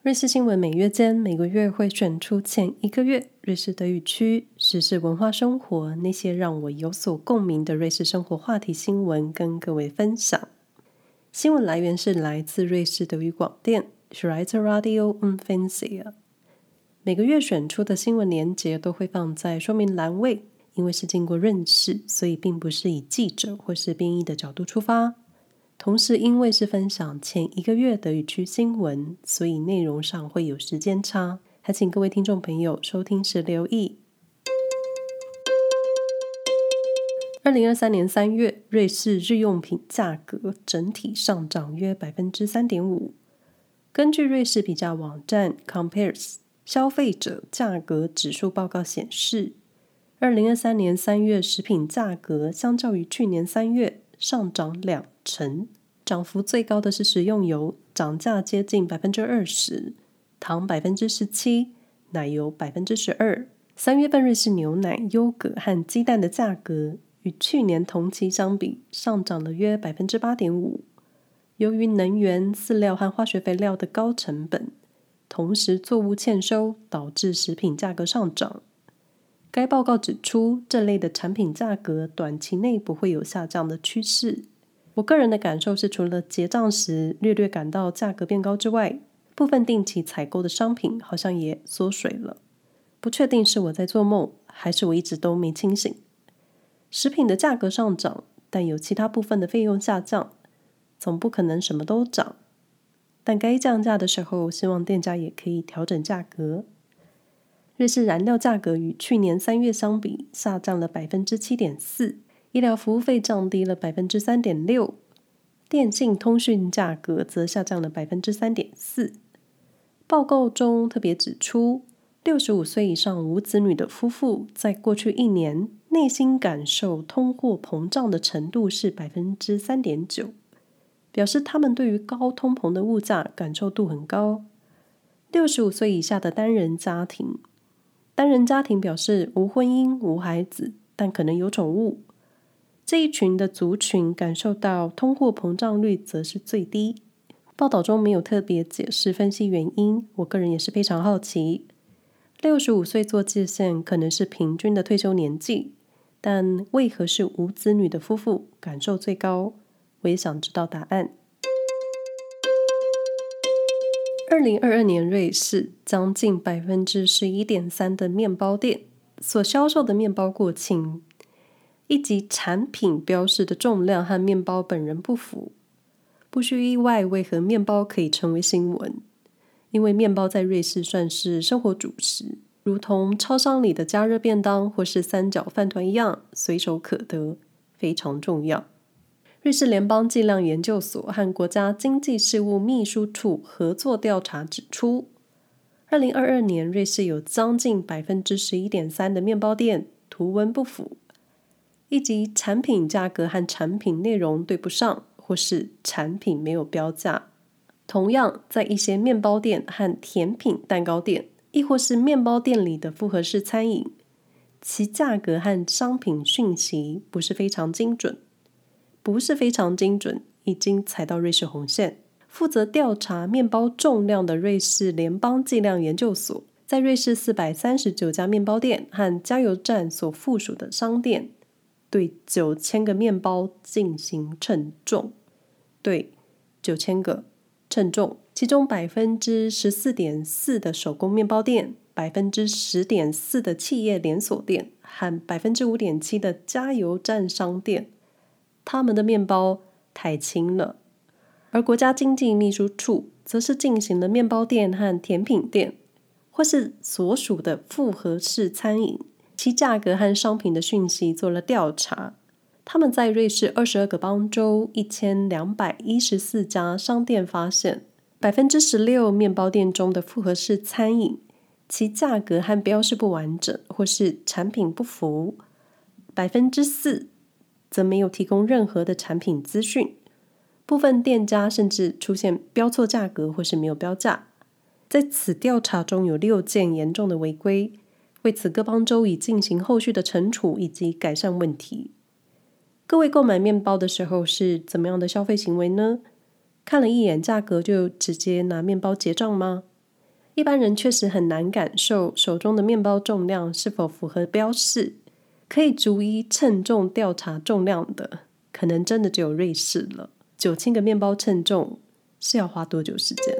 瑞士新闻每月间每个月会选出前一个月瑞士德语区时事文化生活那些让我有所共鸣的瑞士生活话题新闻跟各位分享。新闻来源是来自瑞士德语广电 Schweizer Radio und Fernsehen。 每个月选出的新闻连结都会放在说明栏位，因为是经过认识，所以并不是以记者或是编译的角度出发。同时因为是分享前一个月德语区新闻，所以内容上会有时间差，还请各位听众朋友收听时留意。2023年3月，瑞士日用品价格整体上涨约 3.5%。 根据瑞士比价网站 Compares 消费者价格指数报告显示，2023年3月食品价格相较于去年3月上涨20%，涨幅最高的是食用油，涨价接近 20%， 糖 17%， 奶油 12%。 3月份瑞士牛奶、优格和鸡蛋的价格与去年同期相比上涨了约 8.5%。 由于能源、饲料和化学肥料的高成本，同时作物欠收，导致食品价格上涨。该报告指出，这类的产品价格短期内不会有下降的趋势。我个人的感受是，除了结账时略略感到价格变高之外，部分定期采购的商品好像也缩水了。不确定是我在做梦，还是我一直都没清醒。食品的价格上涨，但有其他部分的费用下降，总不可能什么都涨。但该降价的时候，希望店家也可以调整价格。瑞士燃料价格与去年3月相比下降了 7.4%， 医疗服务费降低了 3.6%， 电信通讯价格则下降了 3.4%。 报告中特别指出，65岁以上无子女的夫妇在过去1年内心感受通货膨胀的程度是 3.9%， 表示他们对于高通膨的物价感受度很高。65岁以下的单人家庭表示无婚姻、无孩子，但可能有宠物。这一群的族群感受到通货膨胀率则是最低。报道中没有特别解释分析原因，我个人也是非常好奇。65岁做界限可能是平均的退休年纪，但为何是无子女的夫妇感受最高？我也想知道答案。2022年瑞士将近 11.3% 的面包店所销售的面包过轻，以及产品标示的重量和面包本人不符。不需意外，为何面包可以成为新闻？因为面包在瑞士算是生活主食，如同超商里的加热便当或是三角饭团一样，随手可得，非常重要。瑞士联邦计量研究所和国家经济事务秘书处合作调查指出，2022年瑞士有将近 11.3% 的面包店图文不符，以及产品价格和产品内容对不上，或是产品没有标价。同样，在一些面包店和甜品蛋糕店，亦或是面包店里的复合式餐饮，其价格和商品讯息不是非常精准，已经踩到瑞士红线。负责调查面包重量的瑞士联邦计量研究所，在瑞士439家面包店和加油站所附属的商店，对9000个面包进行称重。对9000个称重，其中 14.4% 的手工面包店， 10.4% 的企业连锁店和 5.7% 的加油站商店，他们的面包太轻了。而国家经济秘书处则是进行了面包店和甜品店或是所属的复合式餐饮，其价格和商品的讯息做了调查。他们在瑞士22个邦州1214家商店发现， 16% 面包店中的复合式餐饮，其价格和标示不完整或是产品不符， 4% 则没有提供任何的产品资讯，部分店家甚至出现标错价格或是没有标价。在此调查中有6件严重的违规，为此各邦州已进行后续的惩处以及改善问题。各位购买面包的时候是怎么样的消费行为呢？看了一眼价格就直接拿面包结账吗？ 一般人确实很难感受手中的面包重量是否符合标示，可以逐一称重调查重量的，可能真的只有瑞士了。9000个面包称重是要花多久时间？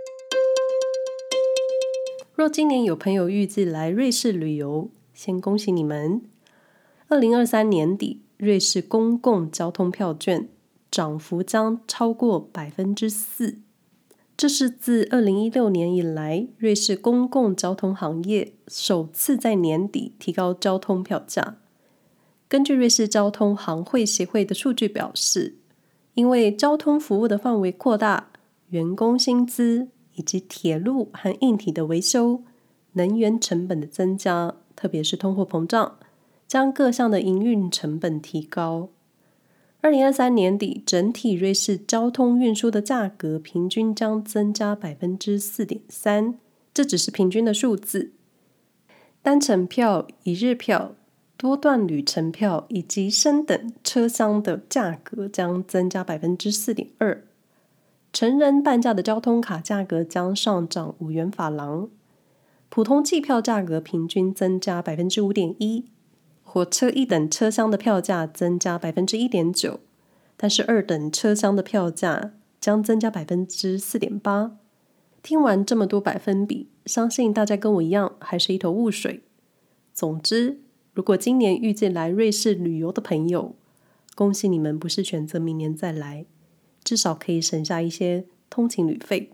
若今年有朋友预计来瑞士旅游，先恭喜你们。2023年底，瑞士公共交通票券涨幅将超过 4%， 这是自2016年以来，瑞士公共交通行业首次在年底提高交通票价。根据瑞士交通行会协会的数据表示，因为交通服务的范围扩大，员工薪资以及铁路和硬体的维修、能源成本的增加，特别是通货膨胀，将各项的营运成本提高。2023年底，整体瑞士交通运输的价格平均将增加 4.3%， 这只是平均的数字。单程票、一日票、多段旅程票以及升等车厢的价格将增加 4.2%。成人半价的交通卡价格将上涨5元法郎，普通计票价格平均增加 5.1%。火车一等车厢的票价增加 1.9%， 但是二等车厢的票价将增加 4.8%。 听完这么多百分比，相信大家跟我一样还是一头雾水。总之，如果今年预计来瑞士旅游的朋友，恭喜你们不是选择明年再来，至少可以省下一些通勤旅费。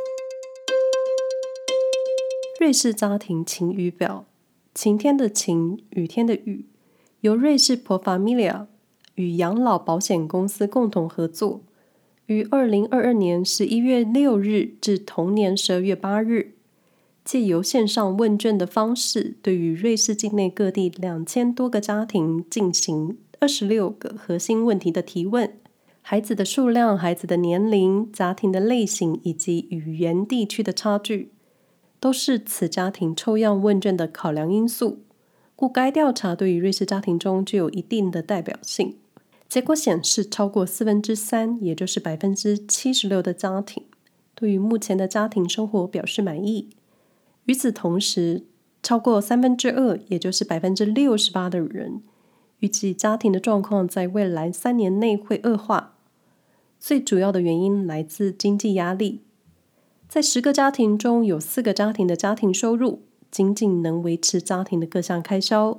瑞士家庭晴雨表，晴天的晴，雨天的雨，由瑞士 Pro Familia 与养老保险公司共同合作，于2022年11月6日至同年12月8日，借由线上问卷的方式，对于瑞士境内各地2000多个家庭进行26个核心问题的提问。孩子的数量、孩子的年龄、家庭的类型以及语言地区的差距，都是此家庭抽样问卷的考量因素，故该调查对于瑞士家庭中具有一定的代表性。结果显示，超过3%，也就是 76% 的家庭对于目前的家庭生活表示满意。与此同时，超过2%，也就是 68% 的人预计家庭的状况在未来3年内会恶化。最主要的原因来自经济压力，在10个家庭中有4个家庭的家庭收入仅仅能维持家庭的各项开销，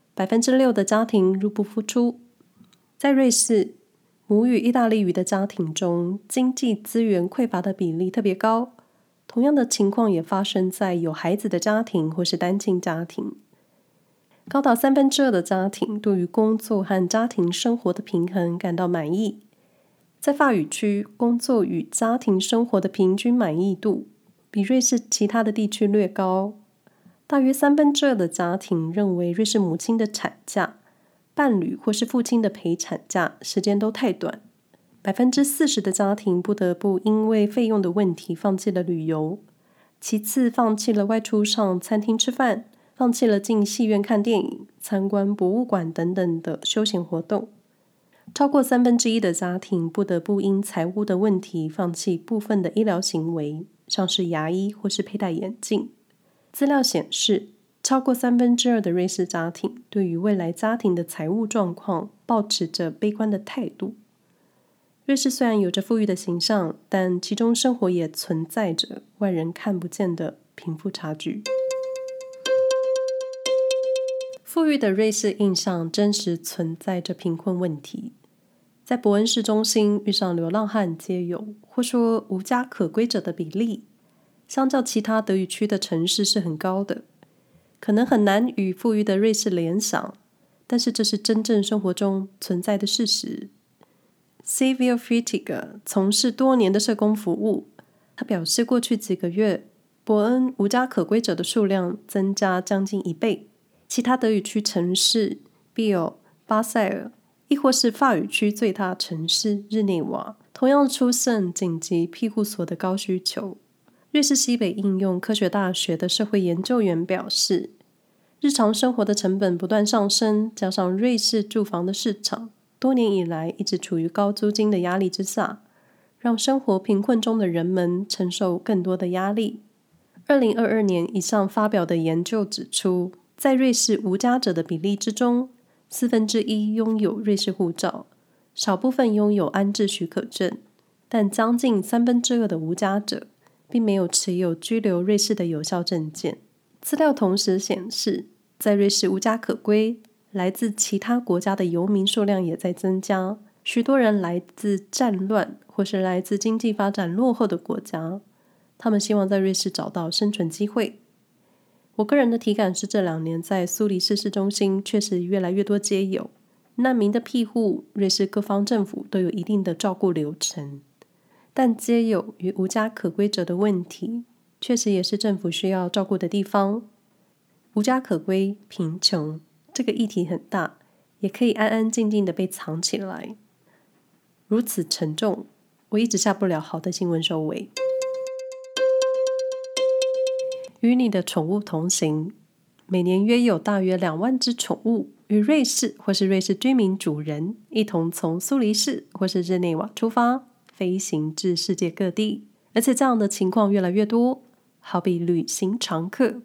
6% 的家庭入不敷出。在瑞士，母语意大利语的家庭中，经济资源匮乏的比例特别高。同样的情况也发生在有孩子的家庭或是单亲家庭。高达2%的家庭对于工作和家庭生活的平衡感到满意。在法语区，工作与家庭生活的平均满意度比瑞士其他的地区略高。大约2%的家庭认为瑞士母亲的产假、伴侣或是父亲的陪产假时间都太短。40%的家庭不得不因为费用的问题放弃了旅游，其次放弃了外出上餐厅吃饭，放弃了进戏院看电影、参观博物馆等等的休闲活动。超过1/3的家庭不得不因财务的问题放弃部分的医疗行为，像是牙医或是佩戴眼镜。资料显示，超过2/3的瑞士家庭对于未来家庭的财务状况抱持着悲观的态度。瑞士虽然有着富裕的形象，但其中生活也存在着外人看不见的贫富差距。富裕的瑞士印象真实存在着贫困问题。在伯恩市中心遇上流浪汉街友，或说无家可归者的比例，相较其他德语区的城市是很高的，可能很难与富裕的瑞士联想，但是这是真正生活中存在的事实。Xavier Fritiger 从事多年的社工服务，他表示过去几个月，伯恩无家可归者的数量增加将近1倍。其他德语区城市 Biel、巴塞尔，亦或是法语区最大城市日内瓦，同样出现紧急庇护所的高需求。瑞士西北应用科学大学的社会研究员表示，日常生活的成本不断上升，加上瑞士住房的市场多年以来一直处于高租金的压力之下，让生活贫困中的人们承受更多的压力。 2022年以上发表的研究指出，在瑞士无家者的比例之中，1/4拥有瑞士护照，少部分拥有安置许可证，但将近2/3的无家者并没有持有居留瑞士的有效证件。资料同时显示，在瑞士无家可归，来自其他国家的游民数量也在增加，许多人来自战乱或是来自经济发展落后的国家，他们希望在瑞士找到生存机会。我个人的体感是，这2年在苏黎世市中心确实越来越多街友。难民的庇护，瑞士各方政府都有一定的照顾流程，但街友与无家可归者的问题，确实也是政府需要照顾的地方。无家可归、贫穷，这个议题很大，也可以安安静静的被藏起来。如此沉重，我一直下不了好的新闻收尾。与你的宠物同行，每年约有大约2万只宠物与瑞士或是瑞士居民主人一同从苏黎世或是日内瓦出发，飞行至世界各地，而且这样的情况越来越多。好比旅行常客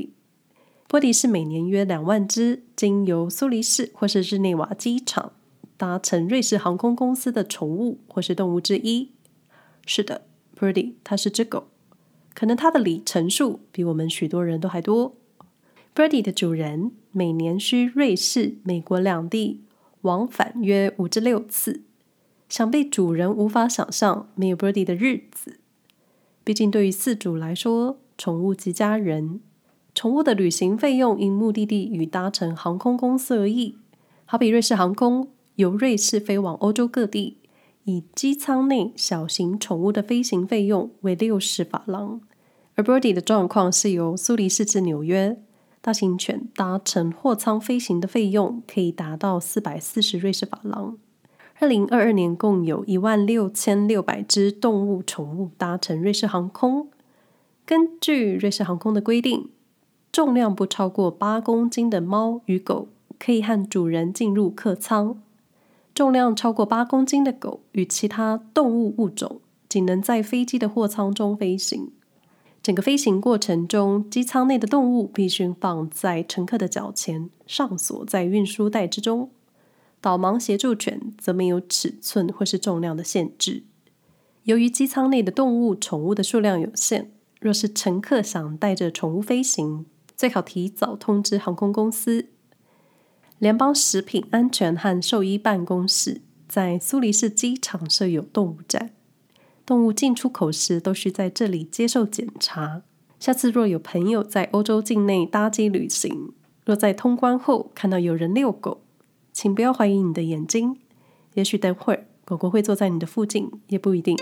Birdie 是每年约2万只经由苏黎世或是日内瓦机场搭乘瑞士航空公司的宠物或是动物之一。是的， Birdie 它是只狗，可能它的里程数比我们许多人都还多。Birdie 的主人每年需瑞士、美国两地往返约5至6次，想必主人无法想象没有 Birdie 的日子。毕竟对于饲主来说，宠物即家人，宠物的旅行费用因目的地与搭乘航空公司而异。好比瑞士航空由瑞士飞往欧洲各地，以机舱内小型宠物的飞行费用为60法郎，而 Birdie 的状况是由苏黎世至纽约，大型犬搭乘货舱飞行的费用可以达到440瑞士法郎。2022年共有16600只动物宠物搭乘瑞士航空。根据瑞士航空的规定，重量不超过8公斤的猫与狗可以和主人进入客舱，重量超过8公斤的狗与其他动物物种仅能在飞机的货舱中飞行。整个飞行过程中，机舱内的动物必须放在乘客的脚前，上锁在运输带之中。导盲协助犬则没有尺寸或是重量的限制。由于机舱内的动物、宠物的数量有限，若是乘客想带着宠物飞行，最好提早通知航空公司。联邦食品安全和兽医办公室在苏黎世机场设有动物站，动物进出口时都需在这里接受检查。下次若有朋友在欧洲境内搭机旅行，若在通关后看到有人遛狗，请不要怀疑你的眼睛，也许等会儿狗狗会坐在你的附近，也不一定。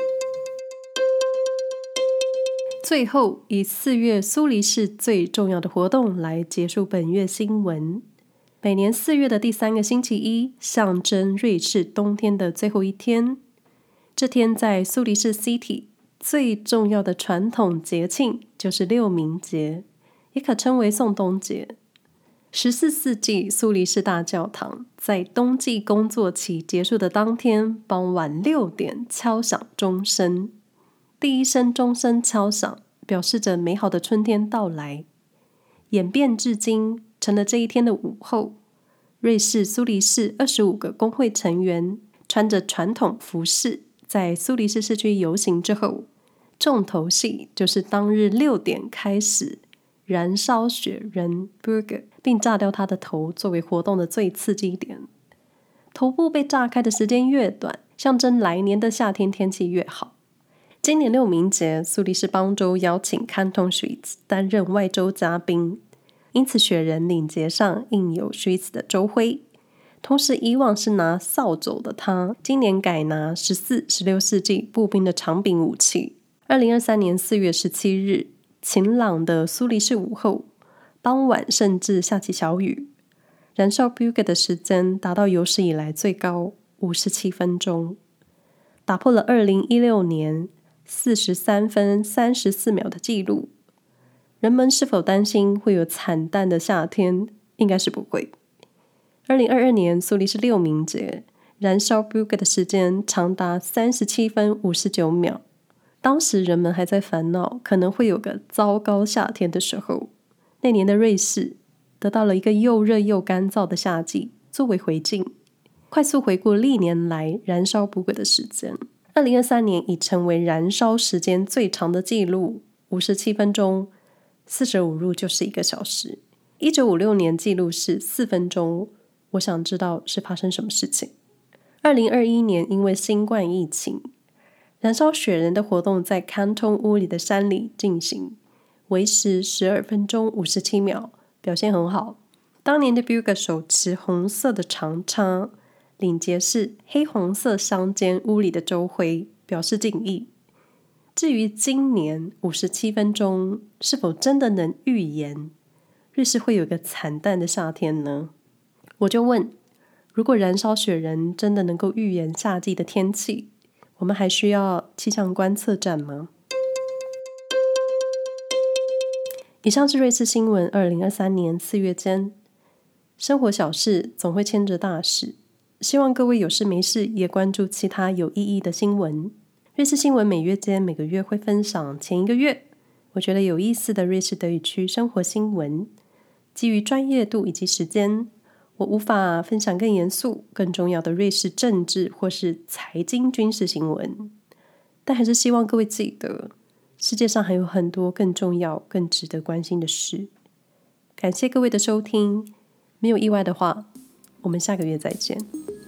最后，以4月苏黎世最重要的活动来结束本月新闻。每年4月的第3个星期一，象征瑞士冬天的最后一天。这天在苏黎世 City 最重要的传统节庆就是六民节，也可称为送冬节。14世纪苏黎世大教堂在冬季工作期结束的当天傍晚6点敲响钟声，第一声钟声敲响，表示着美好的春天到来。演变至今，成了这一天的午后，瑞士苏黎世25个工会成员穿着传统服饰在苏黎世市区游行之后，重头戏就是当日6点开始燃烧雪人 Burger， 并炸掉他的头，作为活动的最刺激点。头部被炸开的时间越短，象征来年的夏天天气越好。今年六民节，苏黎世邦州邀请 Canton Schwyz 担任外州嘉宾，因此雪人领结上印有 Schwyz 的州徽。同时，以往是拿扫帚的他，今年改拿14、16世纪步兵的长柄武器。2023年4月17日，晴朗的苏黎世午后，傍晚甚至下起小雨。燃烧 Burger 的时间达到有史以来最高57分钟，打破了2016年43分34秒的记录。人们是否担心会有惨淡的夏天？应该是不会。2022年苏黎世六民节，燃烧 Burger 的时间长达37分59秒， 当时人们还在烦恼可能会有个糟糕夏天的时候，那年的瑞士得到了一个又热又干燥的夏季作为回敬。快速回顾历年来燃烧补给的时间，2023年已成为燃烧时间最长的纪录，57分钟，45入就是1个小时。1956年纪录是4分钟。我想知道是发生什么事情。2021年因为新冠疫情，燃烧雪人的活动在康通屋里的山里进行，维持12分钟57秒，表现很好。当年的 Bugger 手持红色的长叉，领结是黑黄色相间屋里的州徽，表示敬意。至于今年57分钟是否真的能预言瑞士会有个惨淡的夏天呢？我就问，如果燃烧雪人真的能够预言夏季的天气，我们还需要气象观测站吗？以上是瑞士新闻2023年4月间。生活小事总会牵着大事，希望各位有事没事也关注其他有意义的新闻。瑞士新闻每月间每个月会分享前1个月我觉得有意思的瑞士德语区生活新闻。基于专业度以及时间，我无法分享更严肃、更重要的瑞士政治或是财经军事新闻，但还是希望各位记得，世界上还有很多更重要、更值得关心的事。感谢各位的收听，没有意外的话，我们下个月再见。